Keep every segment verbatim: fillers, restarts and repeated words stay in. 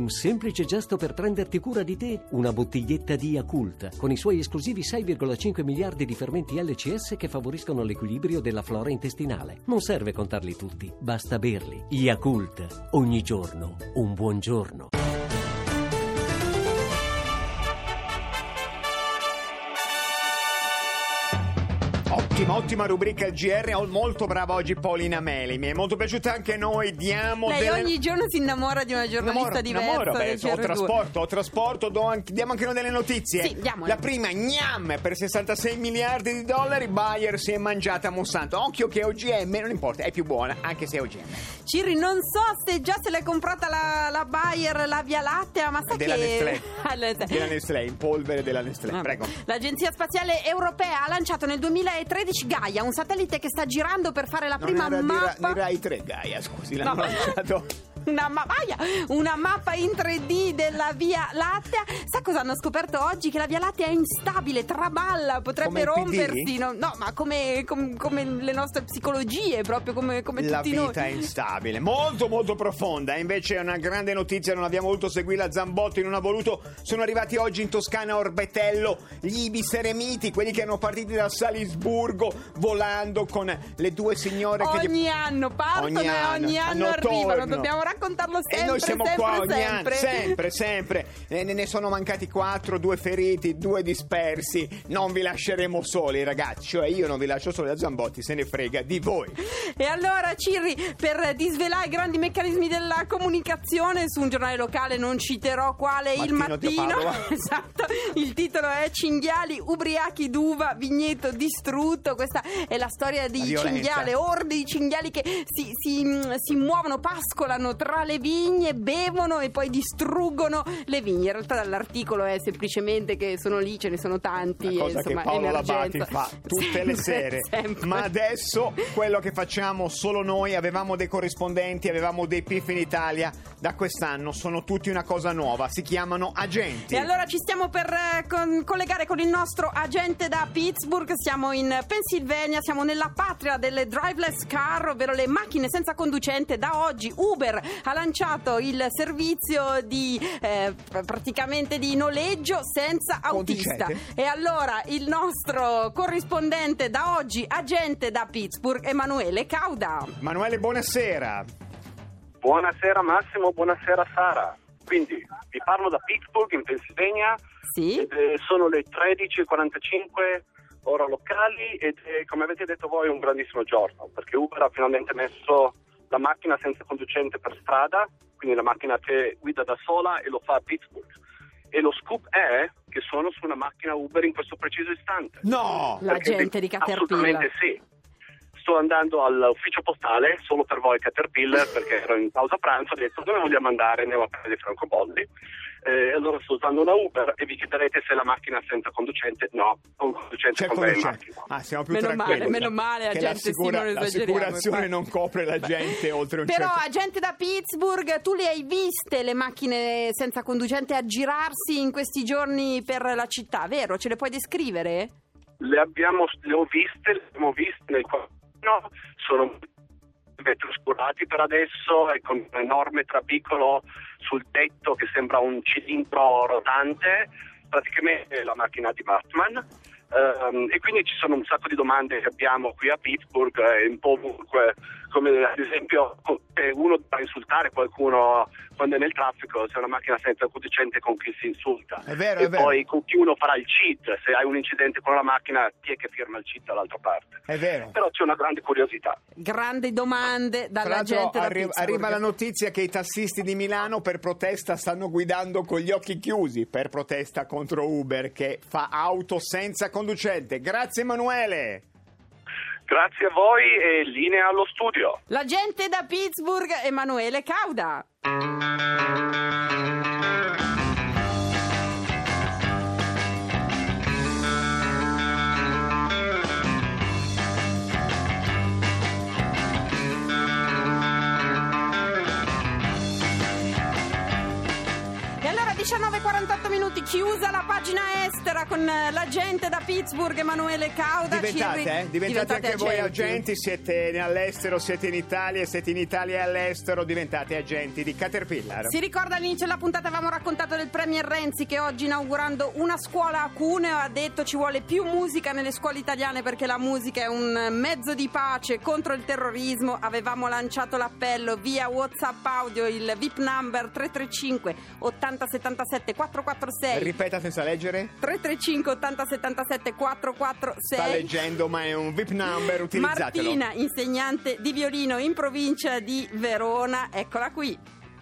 Un semplice gesto per prenderti cura di te? Una bottiglietta di Yakult, con i suoi esclusivi sei virgola cinque miliardi di fermenti L C S che favoriscono l'equilibrio della flora intestinale. Non serve contarli tutti, basta berli. Yakult, ogni giorno un buon giorno. Ottima, ottima rubrica il G R, molto brava oggi Paolina Meli, mi è molto piaciuta anche noi, diamo Lei delle... ogni giorno si innamora di una giornalista innamoro, diversa innamoro, del beh, ho G R due. trasporto, ho trasporto, do anche, diamo anche noi delle notizie. Sì, diamole. La prima, gnam, per sessantasei miliardi di dollari, Bayer si è mangiata Monsanto. Occhio che O G M, non importa, è più buona, anche se è O G M. Cirri, non so se già se l'è comprata la, la Bayer, la Via Lattea, ma sa della che... Nestlé, della Nestlé, in polvere della Nestlé, Ah, prego. L'Agenzia Spaziale Europea ha lanciato nel duemilatredici Gaia, un satellite che sta girando per fare la Non prima era mappa. di, Ra- di Rai tre Gaia, scusi, l'hanno No. lanciato. Una, ma- aia, una mappa in tre D della Via Lattea. Sa cosa hanno scoperto oggi? Che la Via Lattea è instabile, traballa, potrebbe Come il P D? rompersi. No, no, ma come, com- come le nostre psicologie, proprio come, come La tutti vita noi. è instabile, molto molto profonda. Invece è una grande notizia, non abbiamo voluto seguirla, Zambotti non ha voluto. Sono arrivati oggi in Toscana a Orbetello gli ibis eremiti, quelli che erano partiti da Salisburgo volando con le due signore che Ogni gli... anno partono Ogni e anno, ogni anno hanno arrivano. torno. Dobbiamo raccontarlo sempre. E noi siamo sempre, qua ogni sempre. anno, sempre, sempre. E ne, ne sono mancati quattro, due feriti, due dispersi. Non vi lasceremo soli, ragazzi. Cioè io non vi lascio soli, a Zambotti se ne frega di voi. E allora, Cirri, per disvelare i grandi meccanismi della comunicazione, su un giornale locale, non citerò quale, il Mattino di Mattino, Padova. esatto, il titolo è Cinghiali ubriachi d'uva, vigneto distrutto. Questa è la storia di La violenza. cinghiali, orde di cinghiali che si, si, si muovono, pascolano tra le vigne, bevono e poi distruggono le vigne. In realtà dall'articolo è semplicemente che sono lì, ce ne sono tanti. Una cosa e, insomma, che Paolo emergenza. Labati fa tutte le Sempre, sere. sempre. Ma adesso quello che facciamo solo noi, avevamo dei corrispondenti, avevamo dei P I F in Italia, da quest'anno sono tutti una cosa nuova, si chiamano agenti. E allora ci stiamo per eh, con- collegare con il nostro agente da Pittsburgh. Siamo in Pennsylvania, siamo nella patria delle driverless car, ovvero le macchine senza conducente. Da oggi Uber ha lanciato il servizio di eh, praticamente di noleggio senza autista. Conducente. E allora il nostro corrispondente da oggi, agente da Pittsburgh, Emanuele Cauda. Manuele, buonasera. Buonasera Massimo, buonasera Sara. Quindi vi parlo da Pittsburgh in Pennsylvania. Sì. Ed, eh, sono le tredici e quarantacinque ora locali ed è, come avete detto voi, un grandissimo giorno perché Uber ha finalmente messo la macchina senza conducente per strada, quindi la macchina che guida da sola e lo fa a Pittsburgh. E lo scoop è che sono su una macchina Uber in questo preciso istante. No! La Perché- gente di Caterpillar. Assolutamente sì. Sto andando all'ufficio postale solo per voi Caterpillar perché ero in pausa pranzo, ho detto dove vogliamo andare, andiamo a prendere i francobolli. Eh, allora sto usando una Uber e vi chiederete se la macchina è senza conducente. No, ho un conducente C'è con me in conducente. macchina. Ah, siamo più Meno tranquilli. male, meno male, che agente, l'assicura- sì, non esageriamo, l'assicurazione infatti. non copre la gente oltre un Però, certo... agente da Pittsburgh, tu le hai viste le macchine senza conducente aggirarsi in questi giorni per la città, vero? Ce le puoi descrivere? Le abbiamo, le ho viste, le abbiamo viste nel quadrino, sono vetri oscurati per adesso e con un enorme trabicolo sul tetto che sembra un cilindro rotante, praticamente la macchina di Batman. Um, e quindi ci sono un sacco di domande che abbiamo qui a Pittsburgh e un po' ovunque, come ad esempio se uno deve insultare qualcuno quando è nel traffico, se è una macchina senza conducente con chi si insulta, È vero, e è vero. poi con chi uno farà il cheat, se hai un incidente con la macchina chi è che firma il cheat dall'altra parte. È vero. Però c'è una grande curiosità. Grandi domande Tra dalla l'altro gente da arri- Pittsburgh. arriva la notizia che i tassisti di Milano per protesta stanno guidando con gli occhi chiusi, per protesta contro Uber che fa auto senza conducente. Grazie Emanuele. Grazie a voi e linea allo studio. L'agente da Pittsburgh, Emanuele Cauda. diciannove e quarantotto minuti, chiusa la pagina estera con l'agente da Pittsburgh Emanuele Cauda. Diventate, Ci... eh? Diventate, diventate anche agenti. Voi agenti, siete all'estero, siete in Italia, siete in Italia e all'estero, diventate agenti di Caterpillar. Si ricorda all'inizio della puntata avevamo raccontato del Premier Renzi che oggi, inaugurando una scuola a Cuneo, ha detto ci vuole più musica nelle scuole italiane perché la musica è un mezzo di pace contro il terrorismo. Avevamo lanciato l'appello via WhatsApp audio, il V I P number tre tre cinque ottanta settantasette quattrocentoquarantasei. Ripeta senza leggere. tre tre cinque ottanta settantasette quattrocentoquarantasei. Sta leggendo, ma è un V I P number, utilizzatelo. Martina, insegnante di violino in provincia di Verona, eccola qui.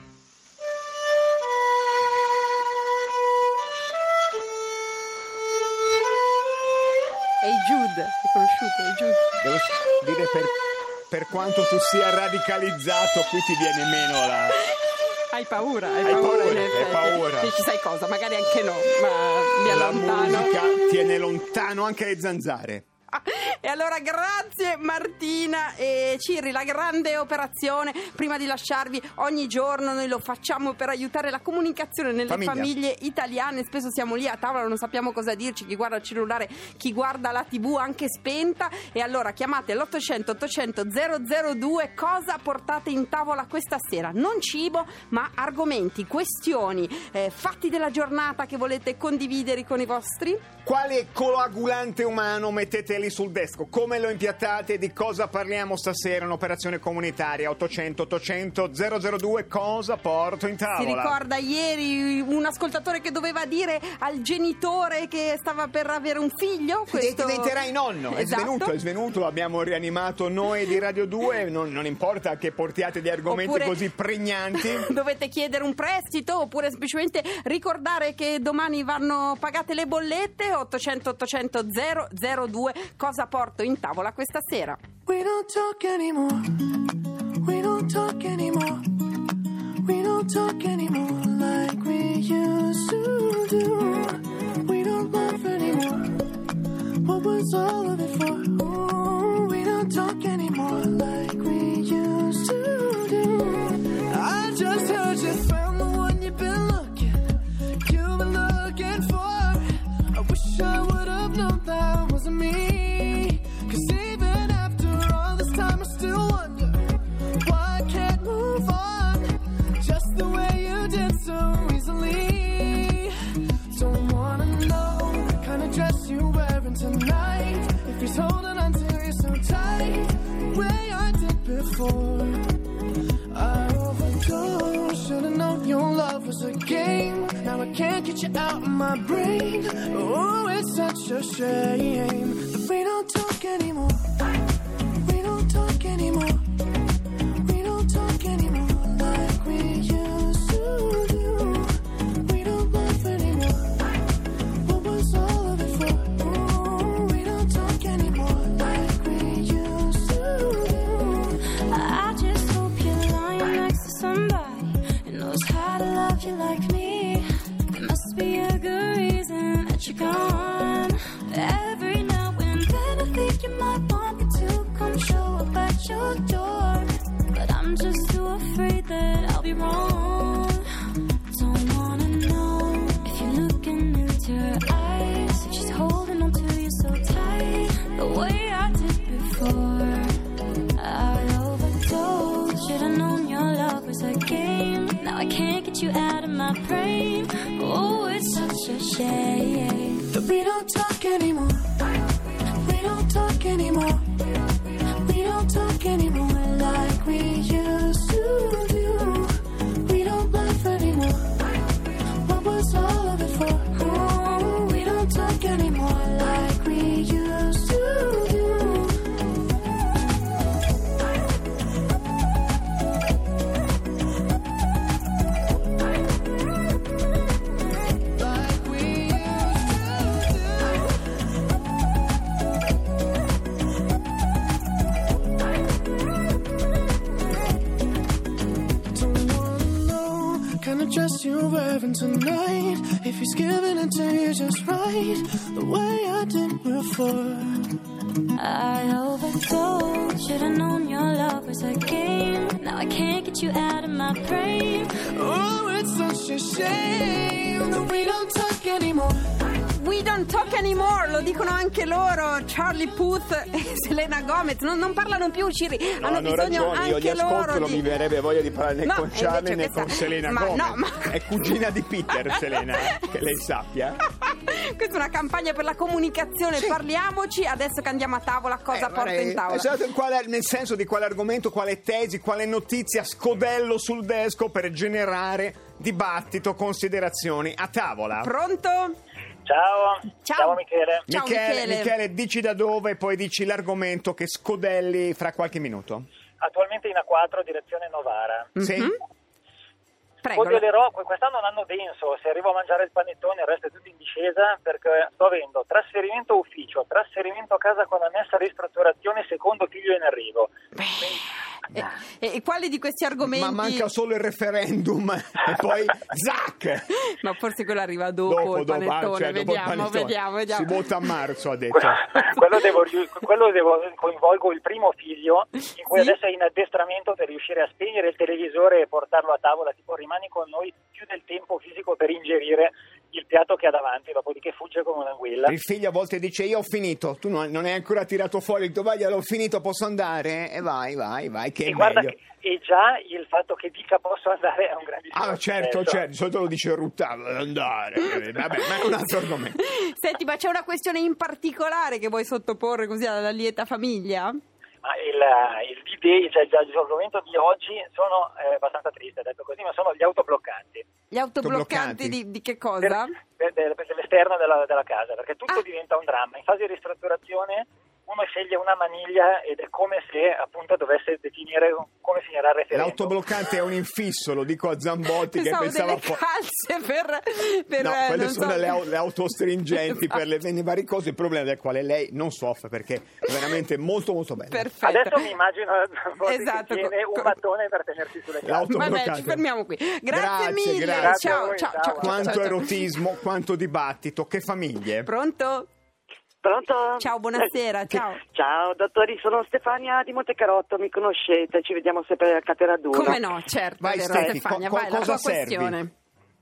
Ehi Jude, hai conosciuto? Ehi Jude. Devo dire per, per quanto tu sia radicalizzato, qui ti viene meno la... Hai paura, hai, hai paura, paura, hai paura. Dici sai cosa, magari anche no, ma mi allontano. La musica tiene lontano anche le zanzare. E allora grazie Martina e Cirri, la grande operazione. Prima di lasciarvi, ogni giorno noi lo facciamo per aiutare la comunicazione nelle Famiglia. famiglie italiane. Spesso siamo lì a tavola, non sappiamo cosa dirci, chi guarda il cellulare, chi guarda la tv anche spenta. E allora chiamate l'ottocento ottocento zero zero due. Cosa portate in tavola questa sera? Non cibo, ma argomenti, questioni, eh, fatti della giornata che volete condividere con i vostri. Quale coagulante umano mettete lì sul desco? Come lo impiattate? Di cosa parliamo stasera? Un'operazione comunitaria. Ottocento ottocento zero zero due. Cosa porto in tavola? Si ricorda ieri un ascoltatore che doveva dire al genitore che stava per avere un figlio? Questo... Diventerai nonno. È esatto. svenuto, è svenuto. Abbiamo rianimato noi di Radio due. Non, non importa che portiate degli argomenti oppure così pregnanti. Dovete chiedere un prestito oppure semplicemente ricordare che domani vanno pagate le bollette. Ottocento ottocento zero zero due. Cosa porto in tavola questa sera? We don't talk anymore. We don't talk anymore. We don't talk anymore like we used to do. We don't laugh anymore. What was all of it for? Ooh, we don't talk anymore like we used to do. I just heard you found the one you've been looking. You've been looking for. I wish I would have known that wasn't me. Cause even after all this time I still wonder why I can't move on just the way you did so easily. Don't wanna know the kind of dress you're wearing tonight. If he's holding on to you so tight, the way I did before. I overdosed, should've known your love was a game. Now I can't get you out of my brain. Oh, it's such a shame that we don't talk anymore. We don't talk anymore. We don't talk anymore like we used to do. We don't laugh anymore. What was all of it for? Oh, we don't talk anymore like we used to do. I just hope you're lying next to somebody who knows how to love you like me. There must be a good reason that you're gone. Every now and then I think you might want me to come show up at your door, but I'm just too afraid that I'll be wrong. Don't wanna know if you're looking into her eyes, if she's holding on to you so tight, the way I did before. I overdosed, should've known your love was a game. Now I can't get you out of my brain. Oh, it's such a shame that we don't talk anymore. We don't talk anymore. We don't talk anymore like we used to do. We don't laugh anymore. What was all of it for? Oh, we don't talk anymore like we used to do. Dress you're wearing tonight, if he's giving it to you just right, the way I did before. I overdosed, should've known your love was a game. Now I can't get you out of my brain. Oh, it's such a shame We don't talk anymore. We don't talk anymore, lo dicono anche loro, Charlie Puth e Selena Gomez, non, non parlano più, Ciri, No, hanno hanno bisogno ragione, anche io li ascolto, loro non di... mi verrebbe voglia di parlare né No, con e Charlie invece né questa- con Selena ma Gomez. no, ma- È cugina di Peter, Selena, che lei sappia. Questa è una campagna per la comunicazione, Sì. parliamoci, adesso che andiamo a tavola cosa Eh, porto vorrei- in tavola? Esatto, qual è- nel senso di quale argomento, quale tesi, quale notizia scodello sul desco per generare dibattito, considerazioni a tavola. Pronto? Ciao, Ciao. Michele. Ciao, Michele, Michele. Michele, dici da dove e poi dici l'argomento che scodelli fra qualche minuto. Attualmente in A quattro, direzione Novara. Sì? Prego. Spoilerò, quest'anno è un anno denso, se arrivo a mangiare il panettone il resto è tutto in discesa perché sto avendo trasferimento ufficio, trasferimento a casa con annessa ristrutturazione, secondo figlio in arrivo. E, e- e quali di questi argomenti? Ma manca solo il referendum e poi zac! Ma forse quello arriva dopo, Dopo, il dopo, panettone, cioè, dopo il vediamo, panettone. vediamo, vediamo. Si vota a marzo, ha detto. quello, devo, riu- quello devo coinvolgo il primo figlio in cui Sì? adesso è in addestramento per riuscire a spegnere il televisore e portarlo a tavola, tipo rimani con noi più del tempo fisico per ingerire il piatto che ha davanti, dopodiché fugge come un'anguilla. Il figlio a volte dice io ho finito, tu non, non hai ancora tirato fuori il tovagliolo, ho finito, posso andare? E vai, vai, vai, che E è guarda meglio. che e già il fatto che dica posso andare è un grandissimo Ah certo, successo. certo, di solito lo dice Ruttano, andare, Eh, vabbè, ma è un altro argomento. Senti, ma c'è una questione in particolare che vuoi sottoporre così alla lieta famiglia? Ma il, il D-Day, cioè il argomento di oggi, sono eh, abbastanza triste, detto così, ma sono gli autobloccanti. Gli autobloccanti Autobloccanti. di, di che Per, cosa? per- per- per l'esterno della, della casa, perché tutto Ah. diventa un dramma. In fase di ristrutturazione uno sceglie una maniglia ed è come se appunto dovesse definire come finirà il referendum. L'autobloccante è un infisso, lo dico a Zambotti che Pensavo pensava delle fo- calze per... per No, eh, quelle non sono so. le, au- le autostringenti per le, le varie cose, il problema del quale lei non soffre perché è veramente molto molto bella. Perfetto. Adesso mi immagino Esatto, che tiene co- un co- battone per tenersi sulle gambe. L'autobloccante. Vabbè, ci fermiamo qui. Grazie, Grazie, mille. grazie. Ciao, Grazie a ciao, voi, ciao, ciao. Quanto ciao, ciao. erotismo, quanto dibattito, che famiglie. Pronto? Pronto? Ciao, buonasera, ciao. Ciao, dottori, sono Stefania di Montecarotto, mi conoscete, ci vediamo sempre a Cateraduro. Come no, certo, Vai, è vero, Stefi, Stefania, co- vai, la cosa tua servi? questione.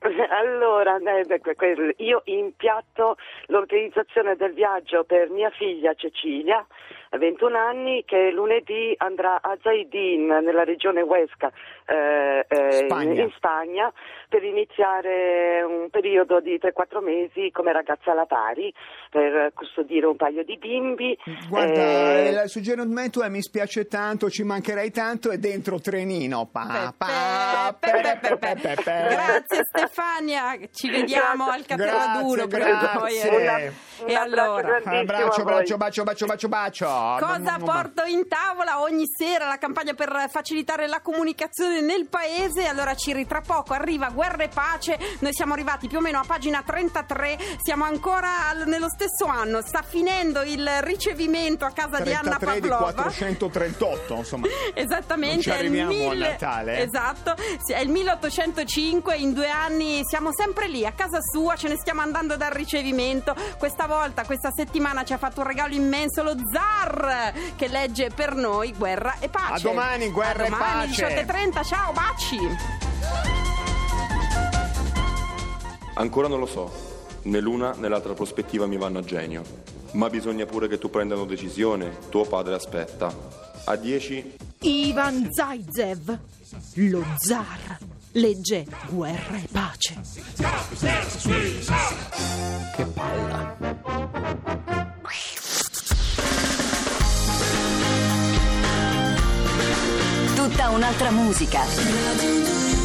Allora, eh, beh, que- que- io impiatto l'organizzazione del viaggio per mia figlia Cecilia, a ventuno anni, che lunedì andrà a Zaidin, nella regione Huesca, eh, eh, Spagna. in, in Spagna, per iniziare un periodo di tre quattro mesi come ragazza alla pari, per custodire un paio di bimbi. Guarda, eh, il suggerimento è mi spiace tanto, ci mancherei tanto e dentro trenino. Pa, pa, Pe- pe- pe- pe- pe- pe- pe- pe. Grazie Stefania, ci vediamo al Cateraduro. Grazie, poi, grazie. eh. Una- E un abbraccio allora? grandissimo Abbraccio, a voi. abbraccio, bacio, bacio, bacio, bacio. Cosa Non- non- porto in tavola ogni sera? La campagna per facilitare la comunicazione nel paese. Allora Ciri, tra poco arriva Guerra e Pace. Noi siamo arrivati più o meno a pagina trentatré. Siamo ancora al- nello stesso anno. Sta finendo il ricevimento a casa di Anna trentatré di Pavlova. quattrocentotrentotto, insomma. Esattamente, Non ci è il arriviamo a mille- Natale, eh. Esatto, sì, è il milleottocentocinque. In due anni siamo sempre lì a casa sua, ce ne stiamo andando dal ricevimento. Questa volta, questa settimana ci ha fatto un regalo immenso lo zar che legge per noi Guerra e Pace. A domani, Guerra a e domani, Pace. diciotto e trenta. Ciao, baci. Ancora non lo so, né l'una né l'altra prospettiva mi vanno a genio, ma bisogna pure che tu prenda una decisione, tuo padre aspetta. A dieci Ivan Zaitsev, lo zar, legge Guerra e Pace. Che palla. Tutta un'altra musica.